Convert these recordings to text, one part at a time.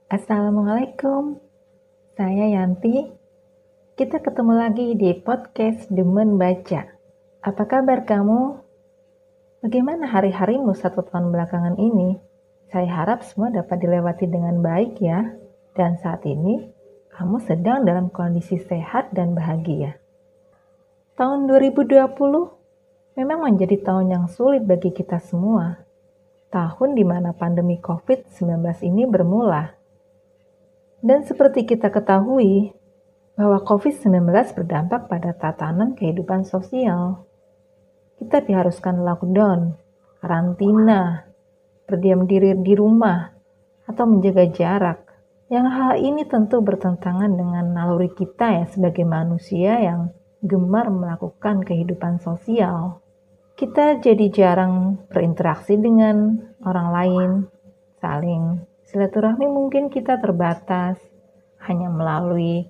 Assalamualaikum, saya Yanti. Kita ketemu lagi di podcast Demen Baca. Apa kabar kamu? Bagaimana hari-harimu 1 tahun belakangan ini? Saya harap semua dapat dilewati dengan baik ya. Dan saat ini, kamu sedang dalam kondisi sehat dan bahagia. Tahun 2020 memang menjadi tahun yang sulit bagi kita semua. Tahun di mana pandemi COVID-19 ini bermula. Dan seperti kita ketahui, bahwa COVID-19 berdampak pada tatanan kehidupan sosial. Kita diharuskan lockdown, karantina, berdiam diri di rumah, atau menjaga jarak. Yang hal ini tentu bertentangan dengan naluri kita ya sebagai manusia yang gemar melakukan kehidupan sosial. Kita jadi jarang berinteraksi dengan orang lain, saling silaturahmi mungkin kita terbatas, hanya melalui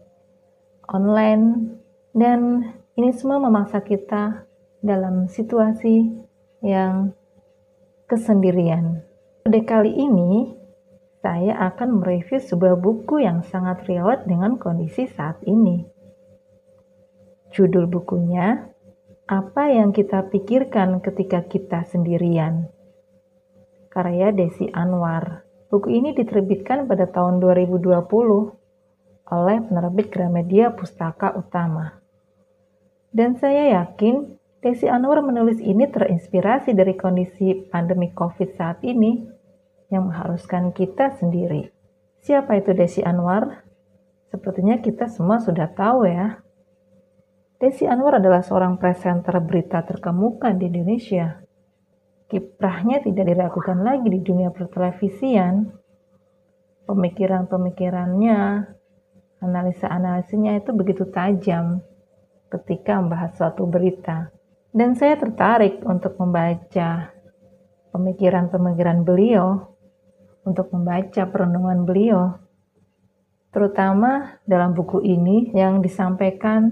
online, dan ini semua memaksa kita dalam situasi yang kesendirian. Pada kali ini, saya akan mereview sebuah buku yang sangat relate dengan kondisi saat ini. Judul bukunya, Apa yang Kita Pikirkan Ketika Kita Sendirian, karya Desi Anwar. Buku ini diterbitkan pada tahun 2020 oleh penerbit Gramedia Pustaka Utama. Dan saya yakin Desi Anwar menulis ini terinspirasi dari kondisi pandemi COVID saat ini yang mengharuskan kita sendiri. Siapa itu Desi Anwar? Sepertinya kita semua sudah tahu ya. Desi Anwar adalah seorang presenter berita terkemuka di Indonesia. Kiprahnya tidak diragukan lagi di dunia pertelevisian. Pemikiran-pemikirannya, analisa-analisanya itu begitu tajam ketika membahas suatu berita. Dan saya tertarik untuk membaca pemikiran-pemikiran beliau, untuk membaca perenungan beliau, terutama dalam buku ini yang disampaikan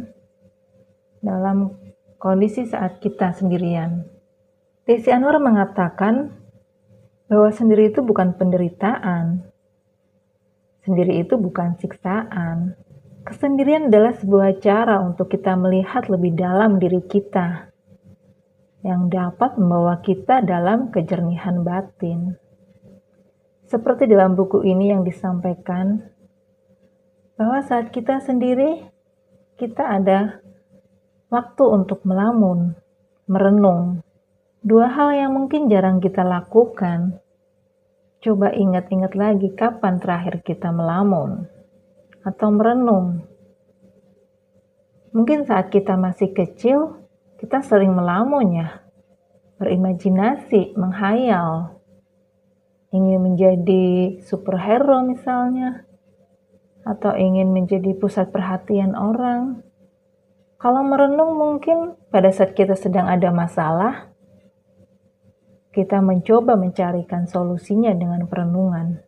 dalam kondisi saat kita sendirian. Desi Anwar mengatakan bahwa sendiri itu bukan penderitaan, sendiri itu bukan siksaan. Kesendirian adalah sebuah cara untuk kita melihat lebih dalam diri kita, yang dapat membawa kita dalam kejernihan batin. Seperti dalam buku ini yang disampaikan, bahwa saat kita sendiri, kita ada waktu untuk melamun, merenung. Dua hal yang mungkin jarang kita lakukan. Coba ingat-ingat lagi kapan terakhir kita melamun atau merenung. Mungkin saat kita masih kecil, kita sering melamun ya, berimajinasi, menghayal, ingin menjadi superhero misalnya, atau ingin menjadi pusat perhatian orang. Kalau merenung mungkin pada saat kita sedang ada masalah, kita mencoba mencarikan solusinya dengan perenungan.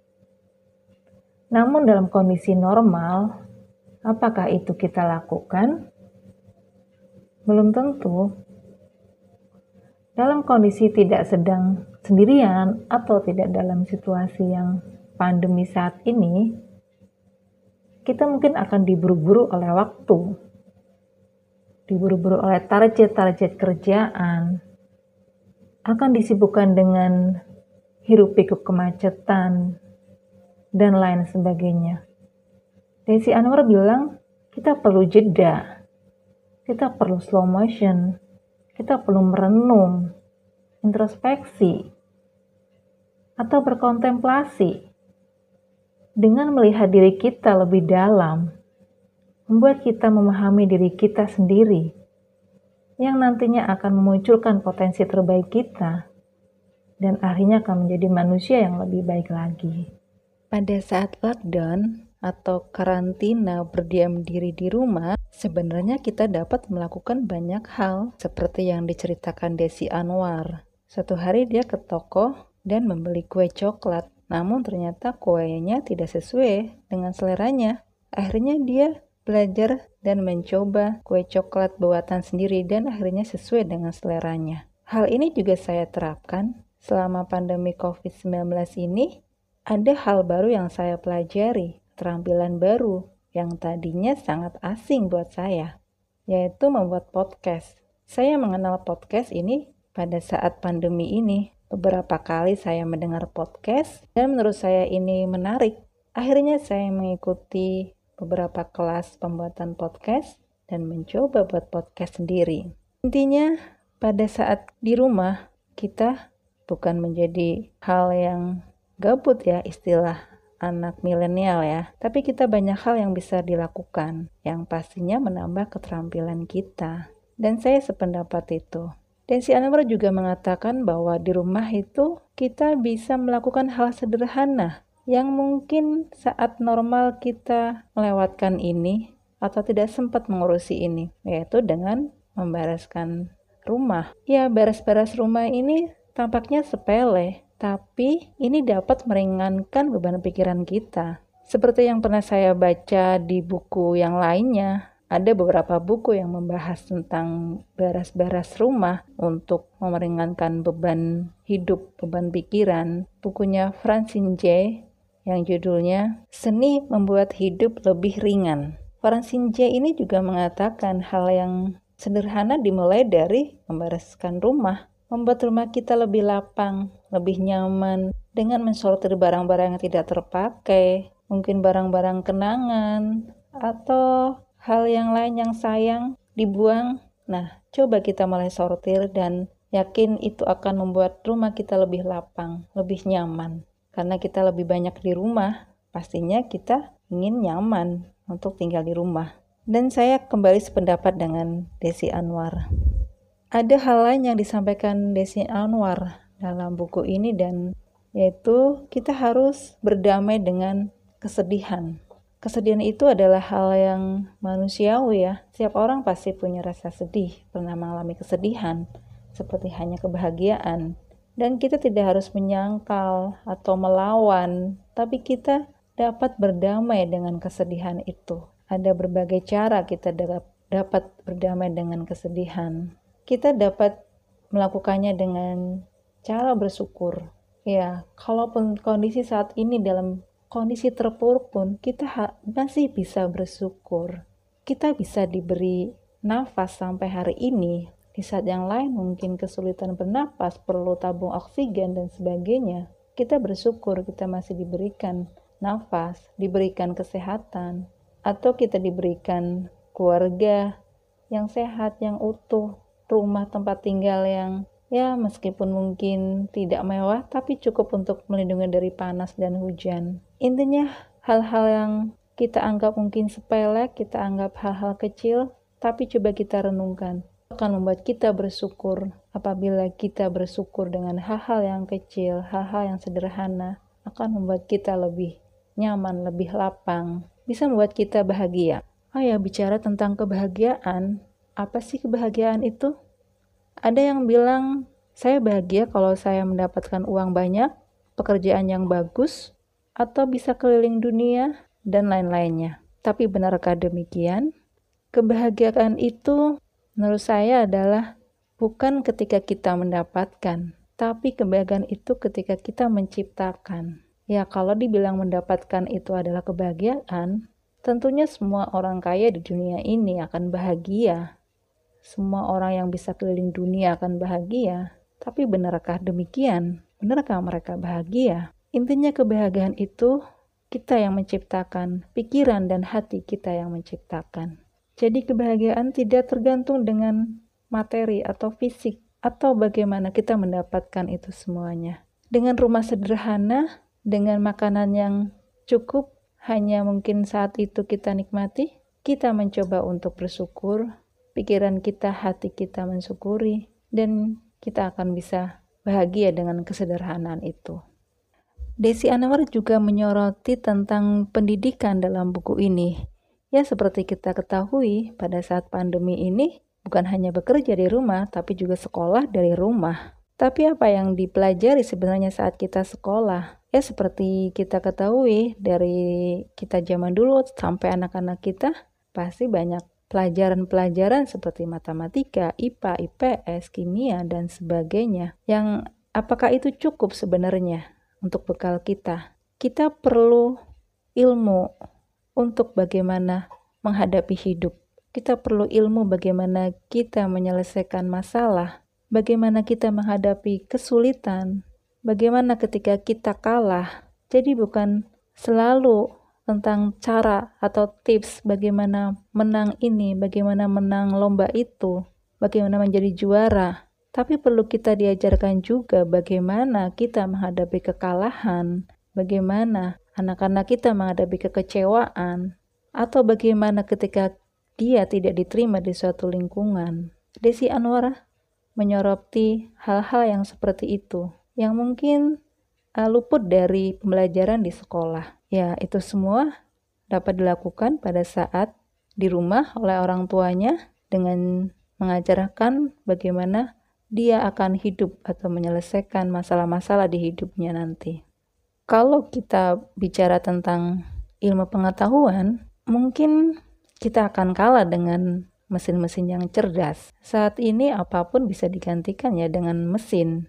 Namun dalam kondisi normal, apakah itu kita lakukan? Belum tentu. Dalam kondisi tidak sedang sendirian atau tidak dalam situasi yang pandemi saat ini, kita mungkin akan diburu-buru oleh waktu, diburu-buru oleh target-target kerjaan, akan disibukkan dengan hiruk-pikuk kemacetan, dan lain sebagainya. Desi Anwar bilang, kita perlu jeda, kita perlu slow motion, kita perlu merenung, introspeksi, atau berkontemplasi, dengan melihat diri kita lebih dalam, membuat kita memahami diri kita sendiri, yang nantinya akan memunculkan potensi terbaik kita, dan akhirnya akan menjadi manusia yang lebih baik lagi. Pada saat lockdown atau karantina berdiam diri di rumah, sebenarnya kita dapat melakukan banyak hal, seperti yang diceritakan Desi Anwar. Suatu hari dia ke toko dan membeli kue coklat, namun ternyata kuenya tidak sesuai dengan seleranya. Akhirnya dia belajar dan mencoba kue coklat buatan sendiri dan akhirnya sesuai dengan seleranya. Hal ini juga saya terapkan selama pandemi COVID-19 ini. Ada hal baru yang saya pelajari, keterampilan baru yang tadinya sangat asing buat saya, yaitu membuat podcast. Saya mengenal podcast ini pada saat pandemi ini. Beberapa kali saya mendengar podcast dan menurut saya ini menarik. Akhirnya saya mengikuti beberapa kelas pembuatan podcast dan mencoba buat podcast sendiri. Intinya pada saat di rumah kita bukan menjadi hal yang gabut ya, istilah anak milenial ya. Tapi kita banyak hal yang bisa dilakukan, yang pastinya menambah keterampilan kita. Dan saya sependapat itu. Dan si Anwar juga mengatakan bahwa di rumah itu kita bisa melakukan hal sederhana yang mungkin saat normal kita melewatkan ini atau tidak sempat mengurusi ini, yaitu dengan membereskan rumah. Ya, beres-beres rumah ini tampaknya sepele, tapi ini dapat meringankan beban pikiran kita. Seperti yang pernah saya baca di buku yang lainnya, ada beberapa buku yang membahas tentang beres-beres rumah untuk meringankan beban hidup, beban pikiran. Bukunya Francine J yang judulnya Seni Membuat Hidup Lebih Ringan. Francine J ini juga mengatakan hal yang sederhana dimulai dari membereskan rumah. Membuat rumah kita lebih lapang, lebih nyaman, dengan mensortir barang-barang yang tidak terpakai, mungkin barang-barang kenangan, atau hal yang lain yang sayang dibuang. Nah, coba kita mulai sortir dan yakin itu akan membuat rumah kita lebih lapang, lebih nyaman. Karena kita lebih banyak di rumah, pastinya kita ingin nyaman untuk tinggal di rumah. Dan saya kembali sependapat dengan Desi Anwar. Ada hal lain yang disampaikan Desi Anwar dalam buku ini, dan yaitu kita harus berdamai dengan kesedihan. Kesedihan itu adalah hal yang manusiawi ya. Setiap orang pasti punya rasa sedih, pernah mengalami kesedihan, seperti hanya kebahagiaan. Dan kita tidak harus menyangkal atau melawan, tapi kita dapat berdamai dengan kesedihan itu. Ada berbagai cara kita dapat berdamai dengan kesedihan. Kita dapat melakukannya dengan cara bersyukur. Ya, kalaupun kondisi saat ini dalam kondisi terpuruk pun, kita masih bisa bersyukur. Kita bisa diberi nafas sampai hari ini. Di saat yang lain mungkin kesulitan bernapas, perlu tabung oksigen dan sebagainya. Kita bersyukur kita masih diberikan nafas, diberikan kesehatan, atau kita diberikan keluarga yang sehat, yang utuh, rumah tempat tinggal yang ya meskipun mungkin tidak mewah tapi cukup untuk melindungi dari panas dan hujan. Intinya hal-hal yang kita anggap mungkin sepele, kita anggap hal-hal kecil, tapi coba kita renungkan. Akan membuat kita bersyukur. Apabila kita bersyukur dengan hal-hal yang kecil, hal-hal yang sederhana, akan membuat kita lebih nyaman, lebih lapang, bisa membuat kita bahagia. Oh ya, bicara tentang kebahagiaan, apa sih kebahagiaan itu? Ada yang bilang, saya bahagia kalau saya mendapatkan uang banyak, pekerjaan yang bagus, atau bisa keliling dunia, dan lain-lainnya. Tapi benarkah demikian? Kebahagiaan itu menurut saya adalah bukan ketika kita mendapatkan, tapi kebahagiaan itu ketika kita menciptakan. Ya, kalau dibilang mendapatkan itu adalah kebahagiaan, tentunya semua orang kaya di dunia ini akan bahagia. Semua orang yang bisa keliling dunia akan bahagia. Tapi benarkah demikian? Benarkah mereka bahagia? Intinya kebahagiaan itu kita yang menciptakan, pikiran dan hati kita yang menciptakan. Jadi kebahagiaan tidak tergantung dengan materi atau fisik, atau bagaimana kita mendapatkan itu semuanya. Dengan rumah sederhana, dengan makanan yang cukup, hanya mungkin saat itu kita nikmati, kita mencoba untuk bersyukur, pikiran kita, hati kita mensyukuri, dan kita akan bisa bahagia dengan kesederhanaan itu. Desi Anwar juga menyoroti tentang pendidikan dalam buku ini. Ya, seperti kita ketahui, pada saat pandemi ini bukan hanya bekerja di rumah, tapi juga sekolah dari rumah. Tapi apa yang dipelajari sebenarnya saat kita sekolah? Ya, seperti kita ketahui, dari kita zaman dulu sampai anak-anak kita, pasti banyak pelajaran-pelajaran seperti matematika, IPA, IPS, kimia, dan sebagainya. Yang apakah itu cukup sebenarnya untuk bekal kita? kita perlu ilmu untuk bagaimana menghadapi hidup. Kita perlu ilmu bagaimana kita menyelesaikan masalah, bagaimana kita menghadapi kesulitan, bagaimana ketika kita kalah. Jadi bukan selalu tentang cara atau tips bagaimana menang ini, bagaimana menang lomba itu, bagaimana menjadi juara. Tapi perlu kita diajarkan juga bagaimana kita menghadapi kekalahan, bagaimana anak-anak kita menghadapi kekecewaan, atau bagaimana ketika dia tidak diterima di suatu lingkungan. Desi Anwar menyoroti hal-hal yang seperti itu, yang mungkin luput dari pembelajaran di sekolah. Ya, itu semua dapat dilakukan pada saat di rumah oleh orang tuanya dengan mengajarkan bagaimana dia akan hidup atau menyelesaikan masalah-masalah di hidupnya nanti. Kalau kita bicara tentang ilmu pengetahuan, mungkin kita akan kalah dengan mesin-mesin yang cerdas. Saat ini apapun bisa digantikan ya dengan mesin.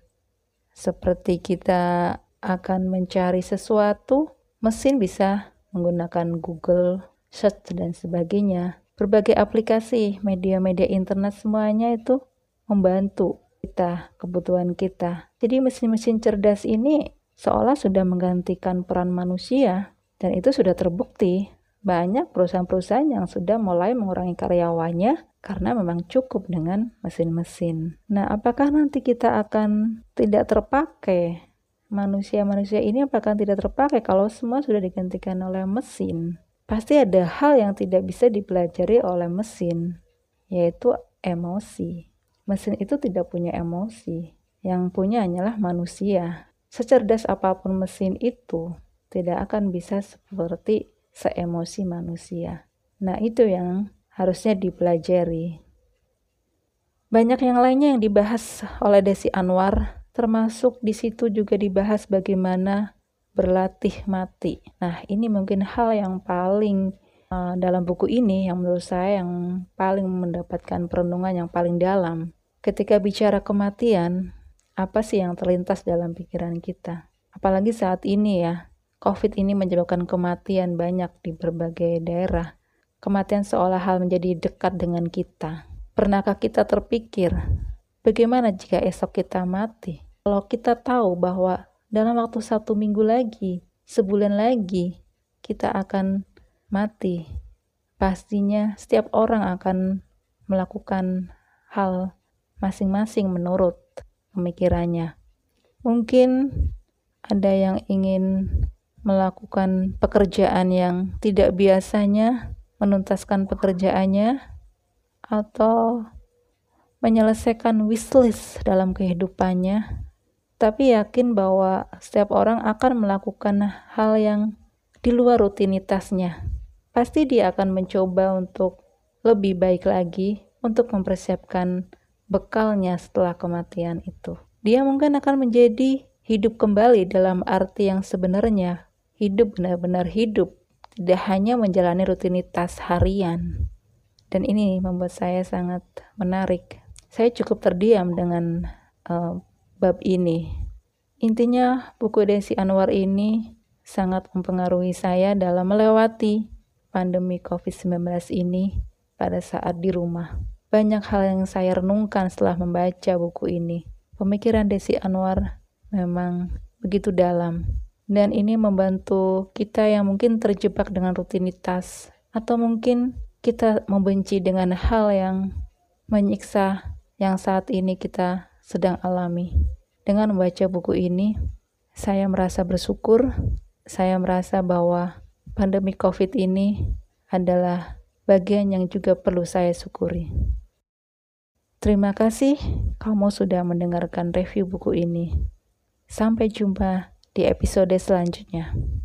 Seperti kita akan mencari sesuatu, mesin bisa menggunakan Google, search dan sebagainya. Berbagai aplikasi, media-media internet semuanya itu membantu kita, kebutuhan kita. Jadi mesin-mesin cerdas ini seolah sudah menggantikan peran manusia, dan itu sudah terbukti. Banyak perusahaan-perusahaan yang sudah mulai mengurangi karyawannya karena memang cukup dengan mesin-mesin. Nah, apakah nanti kita akan tidak terpakai? Manusia-manusia ini apakah tidak terpakai kalau semua sudah digantikan oleh mesin? Pasti ada hal yang tidak bisa dipelajari oleh mesin, yaitu emosi. Mesin itu tidak punya emosi, yang punya hanyalah manusia. Secerdas apapun mesin itu, tidak akan bisa seperti seemosi manusia. Nah, itu yang harusnya dipelajari. Banyak yang lainnya yang dibahas oleh Desi Anwar, termasuk di situ juga dibahas bagaimana berlatih mati. Nah, ini mungkin hal yang paling dalam buku ini yang menurut saya yang paling mendapatkan perenungan yang paling dalam. Ketika bicara kematian, apa sih yang terlintas dalam pikiran kita? Apalagi saat ini ya, COVID ini menyebabkan kematian banyak di berbagai daerah. Kematian seolah hal menjadi dekat dengan kita. Pernahkah kita terpikir, bagaimana jika esok kita mati? Kalau kita tahu bahwa dalam waktu 1 minggu lagi, sebulan lagi, kita akan mati, pastinya setiap orang akan melakukan hal masing-masing menurut pemikirannya. Mungkin ada yang ingin melakukan pekerjaan yang tidak biasanya, menuntaskan pekerjaannya, atau menyelesaikan wishlist dalam kehidupannya, tapi yakin bahwa setiap orang akan melakukan hal yang di luar rutinitasnya. Pasti dia akan mencoba untuk lebih baik lagi untuk mempersiapkan bekalnya setelah kematian itu. Dia mungkin akan menjadi hidup kembali dalam arti yang sebenarnya, hidup benar-benar hidup, tidak hanya menjalani rutinitas harian. Dan ini membuat saya sangat menarik. Saya cukup terdiam dengan bab ini. Intinya buku Desi Anwar ini sangat mempengaruhi saya dalam melewati pandemi COVID-19 ini pada saat di rumah. Banyak hal yang saya renungkan setelah membaca buku ini. Pemikiran Desi Anwar memang begitu dalam. Dan ini membantu kita yang mungkin terjebak dengan rutinitas. Atau mungkin kita membenci dengan hal yang menyiksa yang saat ini kita sedang alami. Dengan membaca buku ini, saya merasa bersyukur. Saya merasa bahwa pandemi COVID ini adalah bagian yang juga perlu saya syukuri. Terima kasih kamu sudah mendengarkan review buku ini. Sampai jumpa di episode selanjutnya.